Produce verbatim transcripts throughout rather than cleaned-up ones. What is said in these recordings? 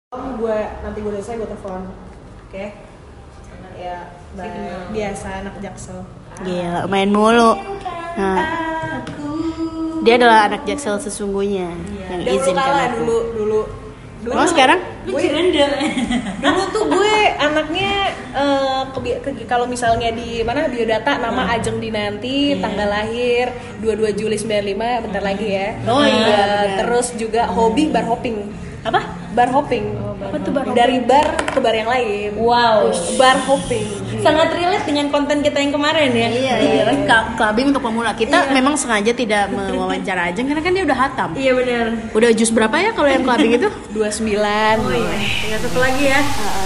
gue nanti gue selesai gue telepon, oke? Okay? Ya biasa anak Jaksel. Gila, main mulu. Nah, dia adalah anak Jaksel sesungguhnya iya. Yang dulu izinkan kalah, aku. Dulu, dulu, dulu. Oh sekarang? Gue dulu tuh gue anaknya uh, ke, ke, kalau misalnya di mana biodata nama hmm. Ajeng Dinanti, yeah. Tanggal lahir dua puluh dua Juli sembilan puluh lima, bentar lagi ya. Oh iya. Uh, terus juga hobi bar hopping. Apa? Bar hopping. Oh, bar Apa tuh bar hopping? Dari bar ke bar yang lain. Wow. Bar hopping. Sangat relate dengan konten kita yang kemarin ya. Iya, iya. iya. Clubbing untuk pemula. Kita iya. memang sengaja tidak mewawancara Ajeng karena kan dia udah hatam. Iya benar. Udah jus berapa ya kalau yang clubbing itu? dua puluh sembilan. Oh iya. Tinggal satu lagi ya. Uh-uh.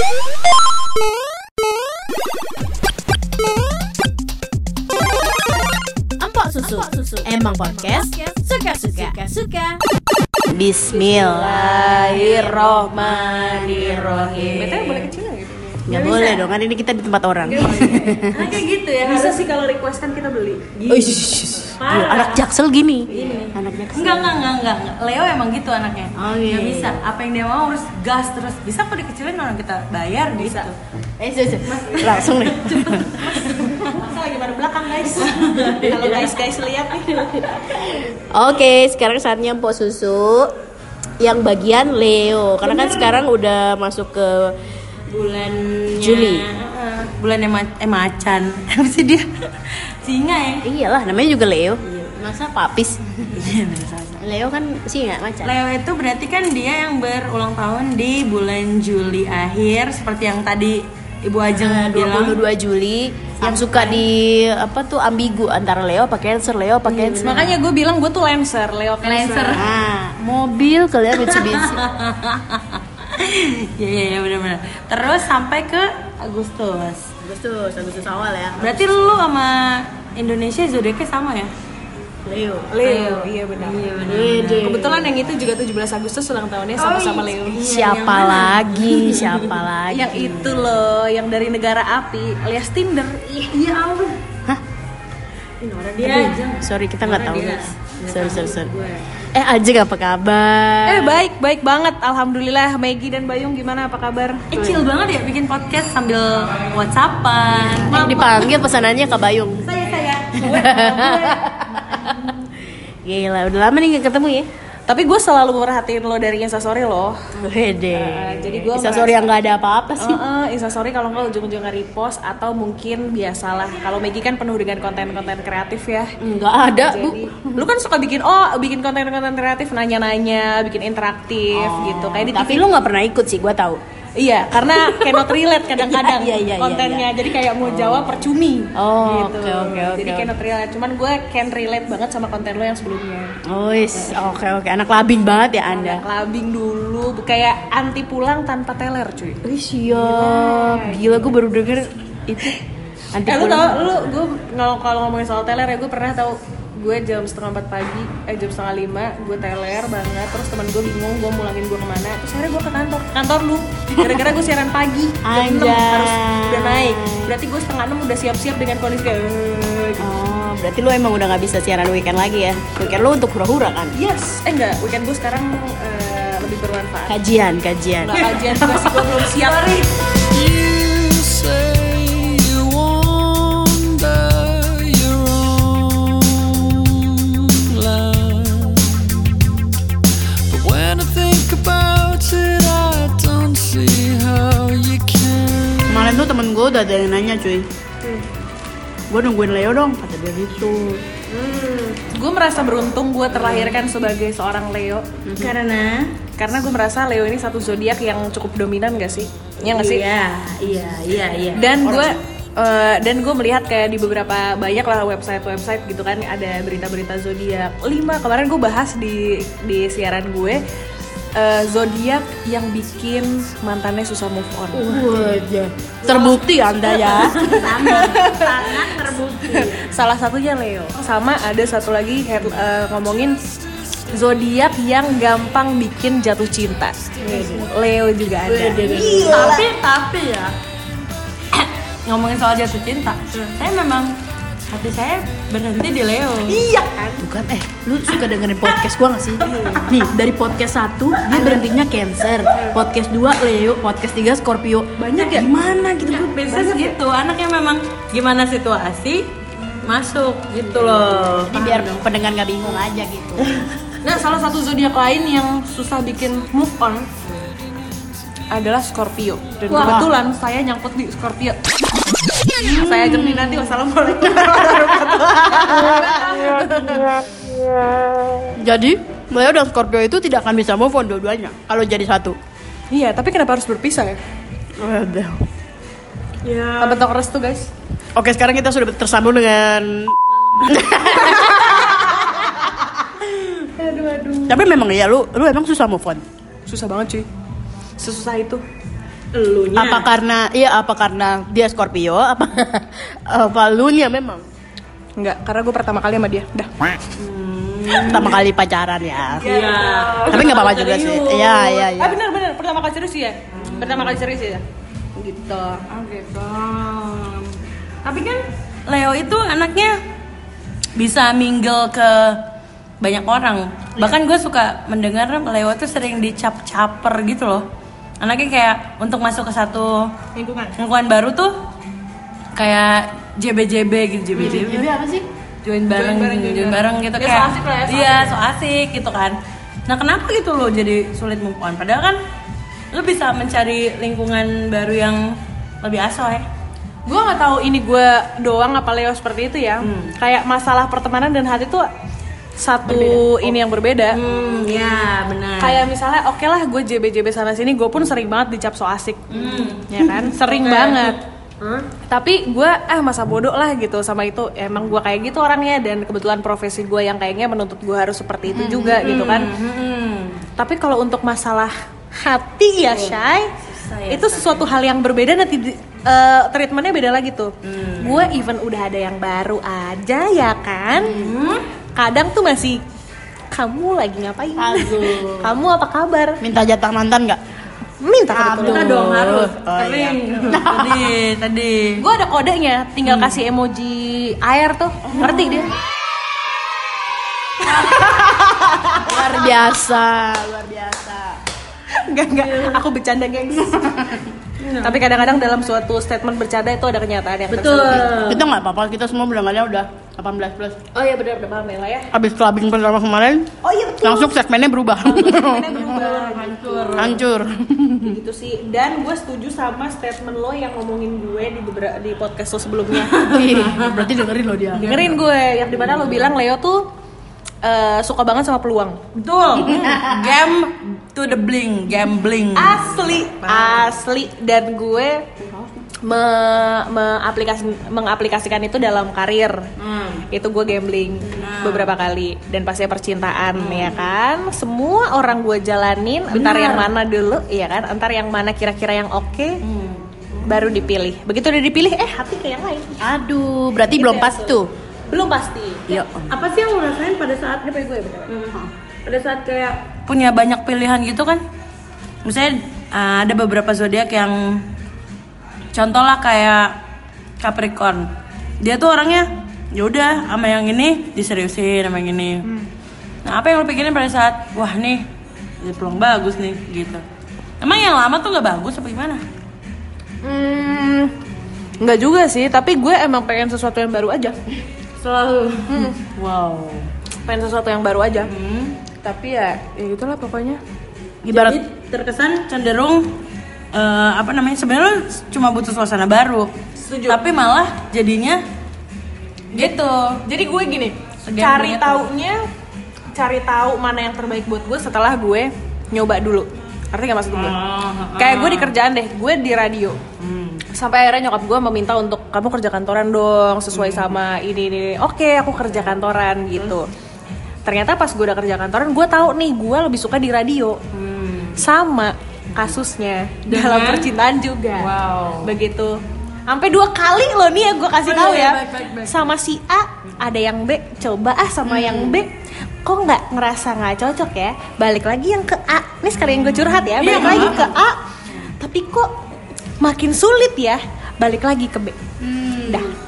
Empok susu. susu. Emang podcast suka-suka. Suka-suka. Bismillahirrohmanirrohim. Betulnya boleh kecil nggak gitu? Nggak boleh dong, kan ini kita di tempat orang. Nah, kayak gitu ya. Bisa sih kalau request kan kita beli. Oh, iya, iya. Anak Jaksel gini. Ini. Anak Jaksel. Enggak, enggak, enggak, enggak. Leo emang gitu anaknya. Oh, iya. Nggak bisa. Apa yang dia mau harus gas terus. Bisa kok dikecilin orang kita bayar bisa. Gitu. Eh, susu. Langsung deh. Masa lagi pada belakang guys. Kalau guys guys lihat nih. Oke, sekarang saatnya Empok Susu yang bagian Leo. Karena kan sekarang udah masuk ke bulan Juli. Uh, bulannya ma- eh macan. Apa sih dia? Singa ya? Iyalah, namanya juga Leo. Iya. Masa papis? Iya, Leo kan singa, macan. Leo itu berarti kan dia yang berulang tahun di bulan Juli akhir seperti yang tadi Ibu Ajeng uh, bilang dua puluh dua Juli. Sampai. Yang suka di apa tuh ambigu antara Leo apa Cancer, Leo apa Cancer. Iya, makanya gue bilang gue tuh Lancer, Leo Cancer. Nah, mobil kalian Mitsubishi. Iya iya ya, benar-benar. Terus sampai ke Agustus. Agustus, Agustus awal ya. Berarti lu sama Indonesia zodiaknya sama ya? Leo. Leo, iya benar. Iya benar. Kebetulan yang itu juga tujuh belas Agustus ulang tahunnya sama-sama Leo. Iya, siapa lagi? Siapa lagi? Yang itu loh, yang dari negara api, alias Tinder. Iya ampun. Hah? Ini orang dia aja. Sorry, kita nggak tahu. Sorry, sorry, sorry. Eh, Ajeng apa kabar? Eh, baik, baik banget. Alhamdulillah. Maggie dan Bayung gimana, apa kabar? Eh, chill banget ya bikin podcast sambil WhatsAppan. Eh, dipanggil pesanannya Kak Bayung. Saya, saya. Gila, udah lama nih gak ketemu ya? Tapi gue selalu merhatiin lo dari Instastory lo. Wede. Uh, jadi gue Instastory yang gak ada apa-apa sih. Uh, uh, Instastory kalau nggak ujung-ujung nge-repost atau mungkin biasalah. Kalau Maggie kan penuh dengan konten-konten kreatif ya. Enggak ada, jadi, Bu. Lu kan suka bikin oh bikin konten-konten kreatif, nanya-nanya, bikin interaktif oh, gitu. Kayak di tapi T V. Lu nggak pernah ikut sih, gue tahu. Iya, karena cannot relate kadang-kadang iya, iya, iya, kontennya. Iya, iya. Jadi kayak mau jawab percumi. Oh, gitu. oke oke oke. Jadi cannot relate. Cuman gue can relate banget sama konten lo yang sebelumnya. Oh, yes. Oke oke. Anak labing banget ya Anda. Anak labing dulu, kayak anti pulang tanpa teler, cuy. Ih, siap. Gila, gue baru denger itu. Anti eh, lu pulang. tau, lu gue kalau kalau ngomongin soal teler ya, gue pernah tahu gue jam setengah empat pagi, eh jam setengah lima gue teler banget, terus teman gue bingung gue mulangin gue kemana, terus akhirnya gue ke kantor, kantor lu, gara-gara gue siaran pagi, jam enam harus udah naik, berarti gue setengah enam udah siap-siap dengan kondisi kayak gitu. Oh, berarti lu emang udah nggak bisa siaran weekend lagi ya? Weekend lu untuk hura-hura kan? Yes, eh enggak, weekend gue sekarang uh, lebih bermanfaat. Kajian, kajian. Nggak kajian juga sih, gue belum siap. Kemarin tuh temen gue udah ada yang nanya cuy, hmm. gue nungguin Leo dong, kata dia gitu. hmm. Gue merasa beruntung gue terlahirkan sebagai seorang Leo. hmm. Karena Karena gue merasa Leo ini satu zodiak yang cukup dominan gak sih? Iya gak sih? Iya, iya, iya, iya. Dan gue uh, dan gue melihat kayak di beberapa banyak lah website-website gitu kan, ada berita-berita zodiak lima. Kemarin gue bahas di di siaran gue. Uh, zodiak yang bikin mantannya susah move on. Wajah. Terbukti Anda ya. Sangat terbukti. Salah satunya Leo. Sama ada satu lagi head, uh, ngomongin zodiak yang gampang bikin jatuh cinta. Leo juga ada. Tapi tapi ya ngomongin soal jatuh cinta, saya memang hati saya berhenti di Leo. Iya kan? Tuh kan, eh lu suka dengerin podcast gua gak sih? Nih, dari podcast satu dia berhentinya Cancer, podcast dua Leo, podcast tiga Scorpio. Banyak ya? Gimana gitu gue Biasanya gitu, anaknya memang gimana situasi masuk gitu loh. Jadi biar pendengar gak bingung aja gitu. Nah, salah satu zodiak lain yang susah bikin move on adalah Scorpio. Dan Wah. kebetulan saya nyangkut di Scorpio. Hmm. Saya Gemini nanti. Wassalamualaikum warahmatullahi wabarakatuh. Jadi Leo dan Scorpio itu tidak akan bisa move on dua-duanya kalau jadi satu. Iya, tapi kenapa harus berpisah ya? Waduh. Ya. Apa bentuk restu guys? Oke, sekarang kita sudah tersambung dengan Aduh aduh. Tapi memang ya lu lu emang susah move on. Susah banget cuy. Sesusah itu. Elunya. Apa karena iya apa karena dia Scorpio apa apa lu nya memang Enggak, karena gue pertama kali sama dia. Dah. pertama kali pacaran ya. Iya. Tapi nggak apa-apa juga sih. Iya iya iya. Ah benar benar, pertama kali serius ya. Pertama kali serius ya. Gitu. Oh gitu. Tapi kan Leo itu anaknya bisa mingle ke banyak orang. Bahkan gue suka mendengar Leo tuh sering dicap caper gitu loh. Anaknya kayak untuk masuk ke satu Lingkungan. lingkungan baru tuh kayak J B J B gitu, J B J B. Jadi apa sih? Join bareng, Join bareng, join join bareng gitu Ya, kayak. so asik lah ya, so Iya, so asik gitu kan. Nah, kenapa gitu loh jadi sulit move on? Padahal kan lu bisa mencari lingkungan baru yang lebih asoy. Gue nggak tahu ini gue doang apa Leo seperti itu ya. Hmm. Kayak masalah pertemanan dan hati tuh satu Berbeda. ini yang berbeda. Hmm, ya benar. Kayak misalnya oke lah gue J B J B sana sini, gue pun sering banget dicap so asik. Hmm. Ya kan? Sering Oke. banget. Hmm? Tapi gue ah masa bodoh lah gitu sama itu. Emang gue kayak gitu orangnya, dan kebetulan profesi gue yang kayaknya menuntut gue harus seperti itu juga gitu kan. Hmm. Tapi kalau untuk masalah hati ya Shay, Susah ya, itu Shay. sesuatu hal yang berbeda, nanti di- eh, treatmentnya beda lagi tuh. Hmm. Gue even udah ada yang baru aja ya kan. Hmm? Kadang tuh masih, kamu lagi ngapain? Aduh. Kamu apa kabar? Minta jatah mantan nggak? Minta Aduh. Kita dong harus. Oh, iya. Kering. Tadi, tadi. Gue ada kodenya, tinggal kasih emoji air tuh, ngerti dia? Luar biasa, luar biasa. Enggak enggak, aku bercanda gengs. Tapi kadang-kadang dalam suatu statement bercanda itu ada kenyataan yang Betul. tersembunyi. Kita nggak apa-apa, kita semua bilangannya udah delapan belas plus. Oh iya benar, udah paham ya lah ya. Habis clubbing pertama kemarin, Oh iya betul. langsung segmennya berubah. Segmennya berubah. Hancur. Hancur. Gitu sih. Dan gue setuju sama statement lo yang ngomongin gue di beberapa di podcast lo sebelumnya. Ih, berarti dengerin loh dia. Dengerin gue yang dimana lo bilang Leo tuh eh, suka banget sama peluang. Betul. Game to the bling, gambling. Asli, asli. Dan gue me, meaplikasi- mengaplikasikan itu dalam karir. Hmm. Itu gue gambling beberapa kali, dan pasti percintaan ya kan. Semua orang gue jalanin, entar yang mana dulu, ya kan? Entar yang mana kira-kira yang oke, baru dipilih. Begitu udah dipilih, eh hati ke yang lain. Aduh, berarti Gitu belum ya, pas tuh. tuh. Belum pasti. Iya. Apa sih yang lo rasain pada saat Ini pakai gue bener. pada saat kayak punya banyak pilihan gitu kan? Misalnya uh, ada beberapa zodiak yang contoh lah kayak Capricorn. Dia tuh orangnya ya udah sama yang ini diseriusin sama yang ini. Nah, apa yang lo pikirin pada saat wah nih ini peluang bagus nih gitu. Emang yang lama tuh nggak bagus apa gimana? Hmm, nggak juga sih, tapi gue emang pengen sesuatu yang baru aja. Selalu. Hmm, Wow. pengen sesuatu yang baru aja. Hmm. Tapi ya, ya gitulah pokoknya. Ibarat Jadi terkesan cenderung eh, apa namanya sebenarnya lu cuma butuh suasana baru. Setuju. Tapi malah jadinya gitu. Jadi gue gini, Segambling cari itu. taunya, cari tahu mana yang terbaik buat gue setelah gue nyoba dulu. Ngerti gak maksud gue? Kayak gue di kerjaan deh, gue di radio. Hmm. Sampai akhirnya nyokap gue meminta untuk kamu kerja kantoran dong sesuai sama ini ini. Oke, aku kerja kantoran gitu. Ternyata pas gue udah kerja kantoran, gue tahu nih gue lebih suka di radio. Hmm. Sama kasusnya Dengan? dalam percintaan juga. Wow. Begitu. Sampai dua kali loh nih ya gue kasih Oh, tahu iya, ya. baik, baik, baik. Sama si A ada yang B, coba ah sama yang B. Kok nggak ngerasa nggak cocok ya? Balik lagi yang ke A. Ini sekalian gue curhat ya. Balik Iya, lagi nggak ke A. Tapi kok makin sulit ya? Balik lagi ke B. Dah.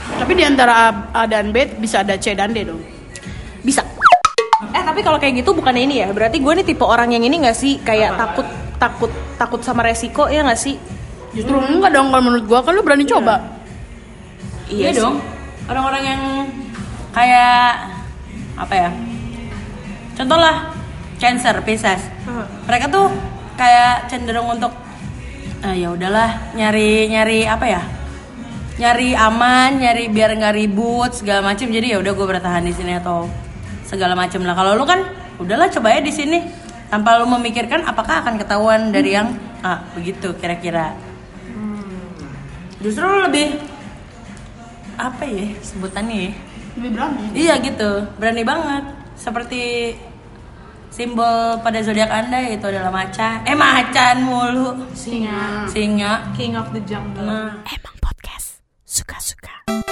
Tapi di antara A, A dan B bisa ada C dan D dong. Bisa. Eh tapi kalau kayak gitu bukannya ini ya? Berarti gue nih tipe orang yang ini nggak sih kayak takut takut takut sama resiko ya nggak sih? Justru enggak dong kalau menurut gua, kan lu berani coba. Iya, iya dong. Orang-orang yang kayak apa ya? Contoh lah Cancer, Pisces. Uh. Mereka tuh kayak cenderung untuk ah, ya udahlah nyari nyari apa ya? Nyari aman, nyari biar nggak ribut segala macam. Jadi ya udah gue bertahan di sini atau segala macam lah. Kalau lu kan udahlah coba ya di sini tanpa lu memikirkan apakah akan ketahuan dari hmm. yang ah begitu kira-kira. Justru lebih apa ya sebutannya ya? Lebih berani. Iya gitu, berani banget. Seperti simbol pada zodiak Anda itu adalah macan. Eh macan mulu. Singa. Singa. King of the jungle. Nah. Emang podcast suka-suka.